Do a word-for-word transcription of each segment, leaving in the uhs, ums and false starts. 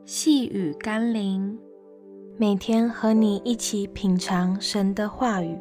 细雨甘霖，每天和你一起品尝神的话语。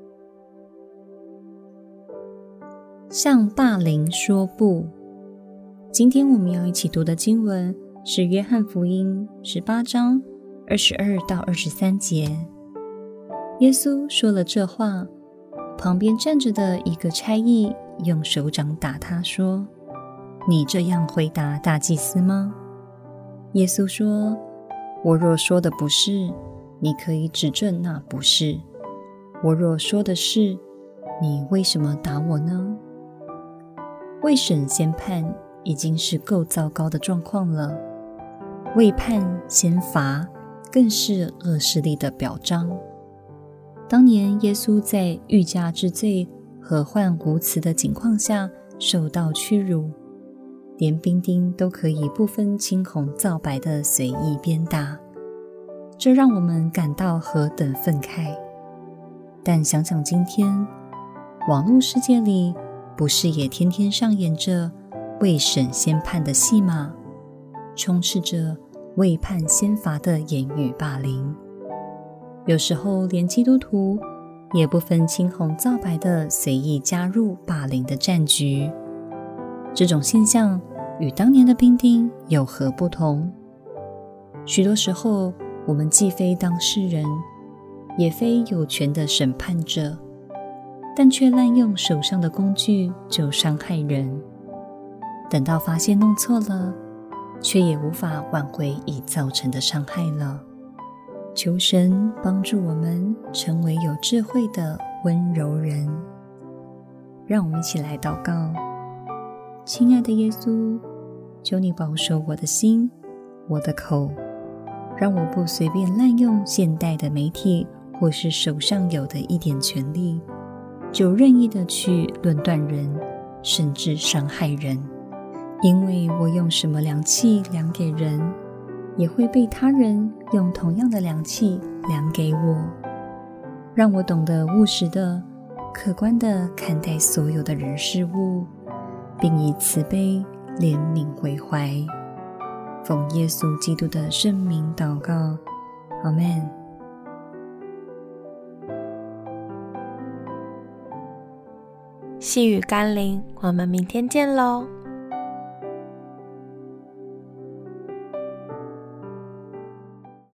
向霸凌说不。今天我们要一起读的经文是约翰福音十八章二十二到二十三节。耶稣说了这话，旁边站着的一个差役用手掌打他说：你这样回答大祭司吗？耶稣说：我若说的不是，你可以指证那不是；我若说的是，你为什么打我呢？未审先判已经是够糟糕的状况了，未判先罚更是恶势力的表彰。当年耶稣在欲加之罪和患无辞的境况下受到屈辱，连兵丁都可以不分青红皂白的随意鞭打，这让我们感到何等愤慨。但想想今天网络世界里，不是也天天上演着未审先判的戏码，充斥着未判先罚的言语霸凌，有时候连基督徒也不分青红皂白的随意加入霸凌的战局。这种现象与当年的兵丁有何不同？许多时候，我们既非当事人，也非有权的审判者，但却滥用手上的工具就伤害人，等到发现弄错了，却也无法挽回已造成的伤害了。求神帮助我们成为有智慧的温柔人。让我们一起来祷告。亲爱的耶稣，求你保守我的心，我的口，让我不随便滥用现代的媒体或是手上有的一点权利，就任意的去论断人，甚至伤害人。因为我用什么量器量给人，也会被他人用同样的量器量给我。让我懂得务实的、客观的看待所有的人事物，并以慈悲、怜悯为怀。奉耶稣基督的圣名祷告，阿们。 细雨甘霖，我们明天见喽。